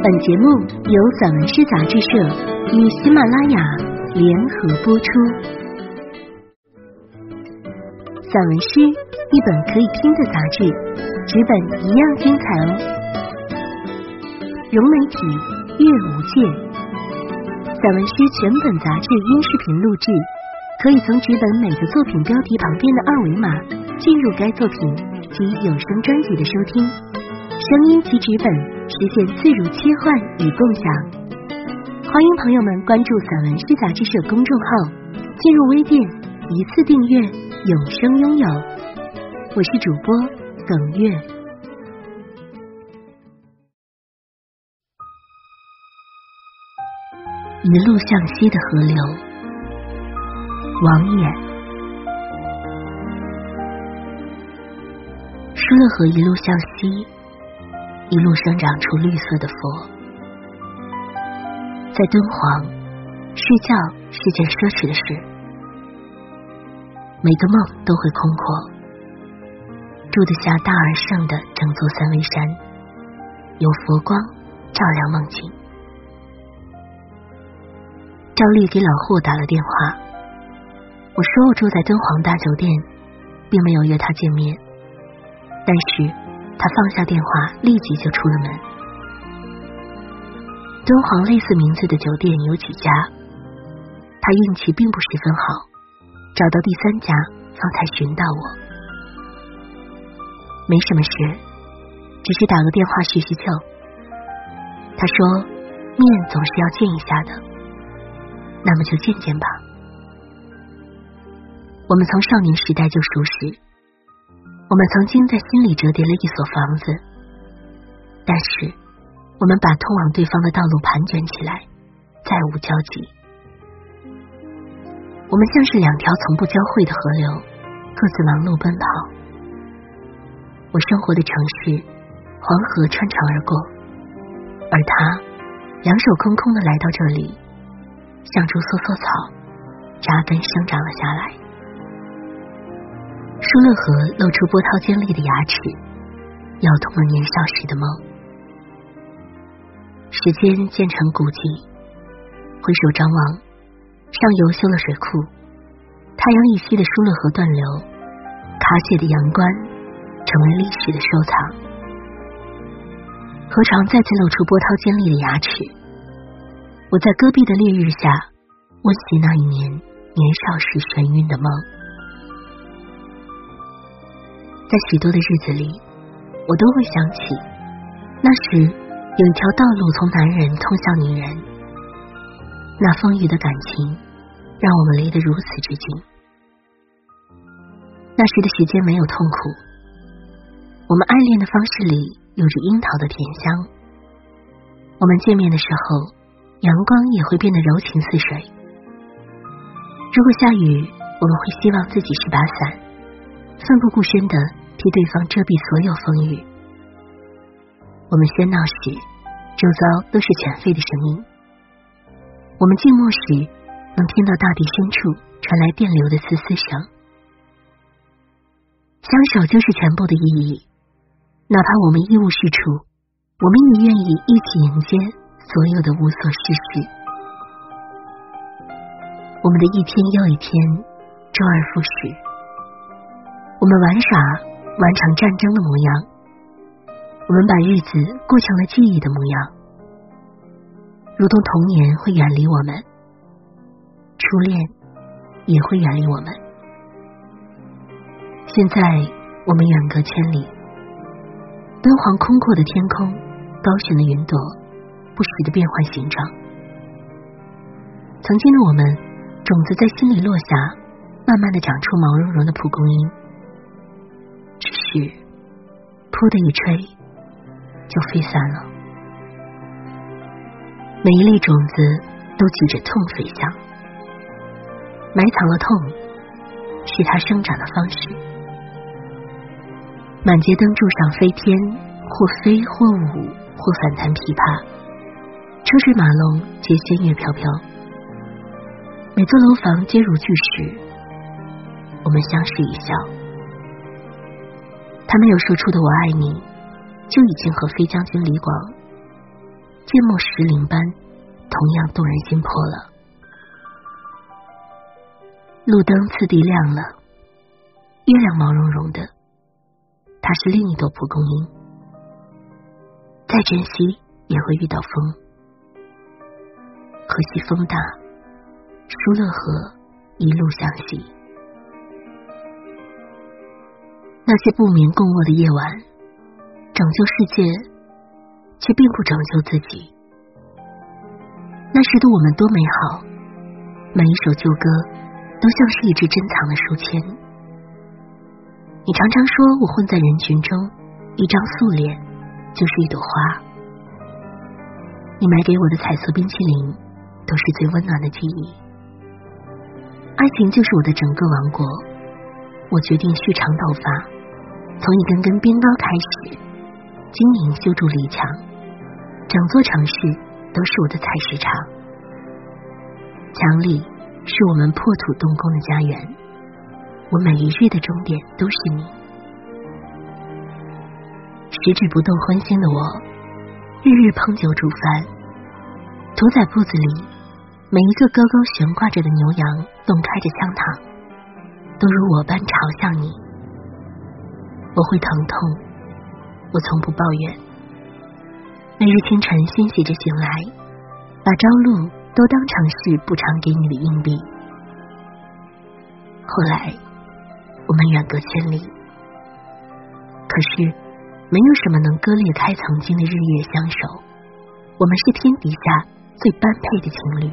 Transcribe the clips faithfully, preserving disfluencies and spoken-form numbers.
本节目由散文诗杂志社与喜马拉雅联合播出。散文诗，一本可以听的杂志，纸本一样精彩哦。融媒体，阅无界。散文诗全本杂志音视频录制，可以从纸本每个作品标题旁边的二维码进入该作品及有声专辑的收听，声音及纸本实现自如切换与共享。欢迎朋友们关注散文诗杂志社公众号，进入微店一次订阅，永生拥有。我是主播耿月。一路向西的河流，王衍。疏勒河一路向西，一路生长出绿色的佛。在敦煌，睡觉是件奢侈的事，每个梦都会空阔，住得下大而盛的整座三危山，有佛光照亮梦境。赵丽给老霍打了电话，我说我住在敦煌大酒店，并没有约他见面，但是他放下电话，立即就出了门。敦煌类似名字的酒店有几家，他运气并不十分好，找到第三家方才寻到我。没什么事，只是打个电话叙叙旧。他说面总是要见一下的，那么就见见吧。我们从少年时代就熟识，我们曾经在心里折叠了一所房子，但是我们把通往对方的道路盘卷起来，再无交集。我们像是两条从不交汇的河流，各自忙碌奔跑。我生活的城市，黄河穿肠而过，而他两手空空的来到这里，像株梭梭草，扎根生长了下来。疏勒河露出波涛尖利的牙齿，咬痛了年少时的梦。时间渐成古迹，回首张望，上游修了水库，太阳以西的疏勒河断流，卡血的阳关成为历史的收藏。河床再次露出波涛尖利的牙齿，我在戈壁的烈日下温习那一年年少时眩晕的梦。在许多的日子里，我都会想起那时有一条道路从男人通向女人，那丰腴的感情让我们离得如此之近。那时的时间没有痛苦，我们爱恋的方式里有着樱桃的甜香，我们见面的时候阳光也会变得柔情似水。如果下雨，我们会希望自己是把伞，奋不顾身地替对方遮蔽所有风雨。我们喧闹时，周遭都是犬吠的声音，我们静默时，能听到大地深处传来电流的嘶嘶声。相守就是全部的意义，哪怕我们一无是处，我们也愿意一起迎接所有的无所事事。我们的一天又一天，周而复始，我们玩耍完成战争的模样，我们把日子过成了记忆的模样，如同童年会远离我们，初恋也会远离我们。现在我们远隔千里，敦煌空阔的天空，高悬的云朵不时地变换形状。曾经的我们，种子在心里落下，慢慢地长出毛茸茸的蒲公英，只是噗的一吹就飞散了。每一粒种子都举着痛飞翔，埋藏了痛，是它生长的方式。满街灯柱上飞天，或飞或舞或反弹琵琶，车水马龙皆仙乐飘飘。每座楼房皆如巨石，我们相视一笑。他没有说出的我爱你，就已经和飞将军李广芥末石林般，同样动人心魄了。路灯次第亮了，月亮毛茸茸的，它是另一朵蒲公英。再珍惜也会遇到风，可惜风大，疏勒河一路向西。那些不眠共卧的夜晚，拯救世界，却并不拯救自己。那时的我们多美好，每一首旧歌都像是一支珍藏的书签。你常常说我混在人群中，一张素脸就是一朵花。你买给我的彩色冰淇淋都是最温暖的记忆。爱情就是我的整个王国，我决定续长头发，从一根根边高开始，经营修筑篱墙，整座城市都是我的采石场。墙里是我们破土动工的家园，我每一日的终点都是你。十指不动荤腥的我，日日烹酒煮饭，屠宰铺子里每一个高高悬挂着的牛羊，洞开着香膛，都如我般朝向你。我会疼痛，我从不抱怨。那日清晨欣喜着醒来，把朝露都当成是补偿给你的硬币。后来我们远隔千里，可是没有什么能割裂开曾经的日月相守。我们是天底下最般配的情侣。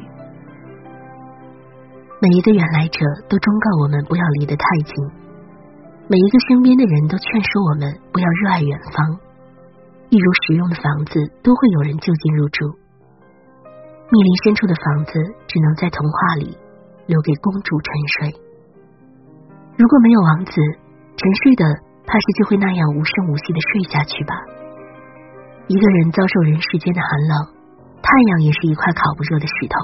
每一个远来者都忠告我们不要离得太近，每一个身边的人都劝说我们不要热爱远方。一如实用的房子都会有人就近入住，密林深处的房子只能在童话里留给公主沉睡。如果没有王子，沉睡的怕是就会那样无声无息地睡下去吧。一个人遭受人世间的寒冷，太阳也是一块烤不热的石头。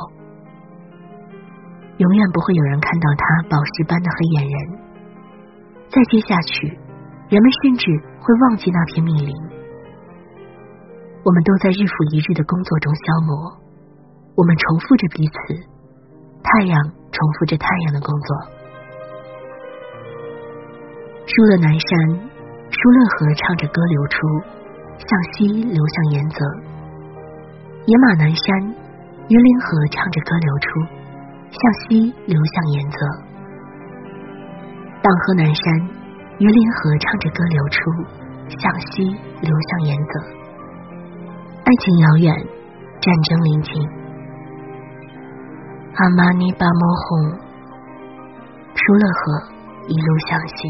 永远不会有人看到他宝石般的黑眼仁。再接下去，人们甚至会忘记那片密林。我们都在日复一日的工作中消磨，我们重复着彼此，太阳重复着太阳的工作。疏勒南山，疏勒河唱着歌流出，向西流向岩泽。野马南山，榆林河唱着歌流出，向西流向岩泽。砀河南山，榆林河唱着歌流出，向西流向岩泽。爱情遥远，战争临近。阿玛尼巴摩红，疏勒河一路向西。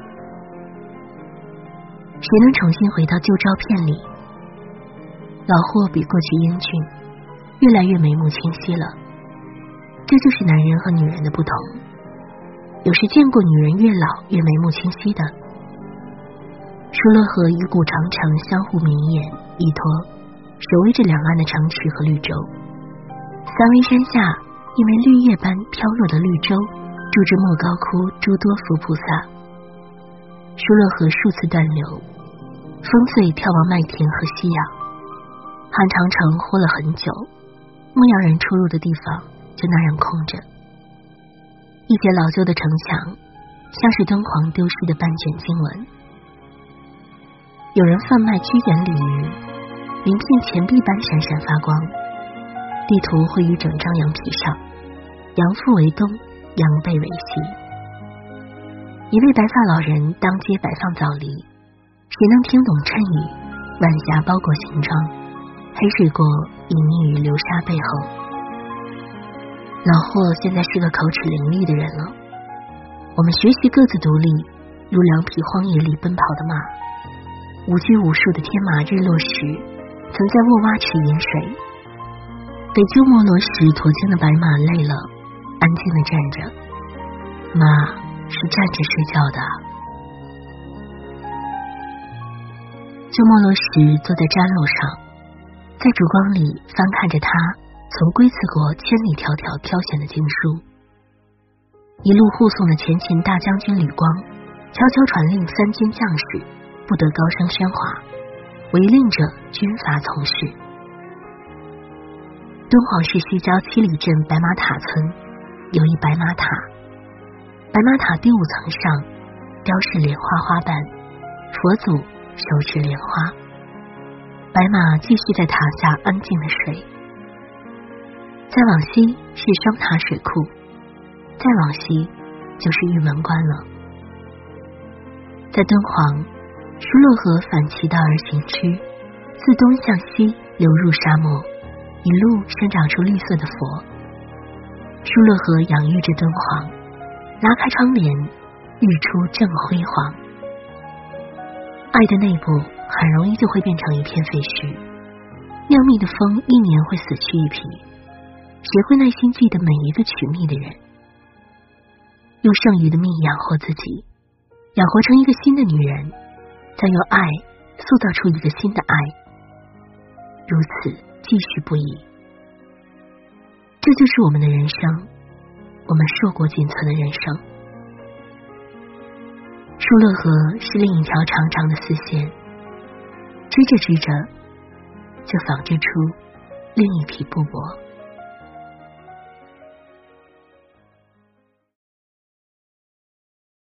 谁能重新回到旧照片里？老霍比过去英俊，越来越眉目清晰了。这就是男人和女人的不同。有时见过女人越老越眉目清晰的。疏勒河与古长城相互绵延依托，守卫着两岸的城池和绿洲。三危山下，一枚绿叶般飘落的绿洲，住着莫高窟诸多佛菩萨。疏勒河数次断流，风穗眺望麦田和夕阳。汉长城活了很久，牧羊人出入的地方就那样空着。一些老旧的城墙，像是敦煌丢失的半卷经文。有人贩卖居延鲤鱼，鳞片钱币般闪闪发光。地图绘于整张羊皮上，羊腹为东，羊背为西。一位白发老人当街摆放枣梨，谁能听懂谶语？晚霞包裹形状，黑水果隐匿于流沙背后。老霍现在是个口齿伶俐的人了。我们学习各自独立，如两匹荒野里奔跑的马。无拘无束的天马日落时，曾在沃洼池饮水。给鸠摩罗什驮经的白马累了，安静地站着。马是站着睡觉的。鸠摩罗什坐在毡路上，在烛光里翻看着他从龟兹国千里迢迢挑选的经书。一路护送的前秦大将军吕光悄悄传令三军将士不得高声喧哗，违令者军阀从事。 敦煌市西郊七里镇白马塔村有一白马塔，白马塔第五层上雕饰莲花花瓣，佛祖手持莲花，白马继续在塔下安静的睡。再往西是双塔水库，再往西就是玉门关了。在敦煌，疏勒河反其道而行之，自东向西流入沙漠，一路生长出绿色的佛。疏勒河养育着敦煌，拉开窗帘，日出正辉煌。爱的内部很容易就会变成一片废墟，妙密的风一年会死去一批，谁会耐心记得每一个取蜜的人？用剩余的蜜养活自己，养活成一个新的女人，再用爱塑造出一个新的爱，如此继续不已。这就是我们的人生，我们硕果仅存的人生。疏勒河是另一条长长的丝线，织着织着就纺织出另一匹布帛。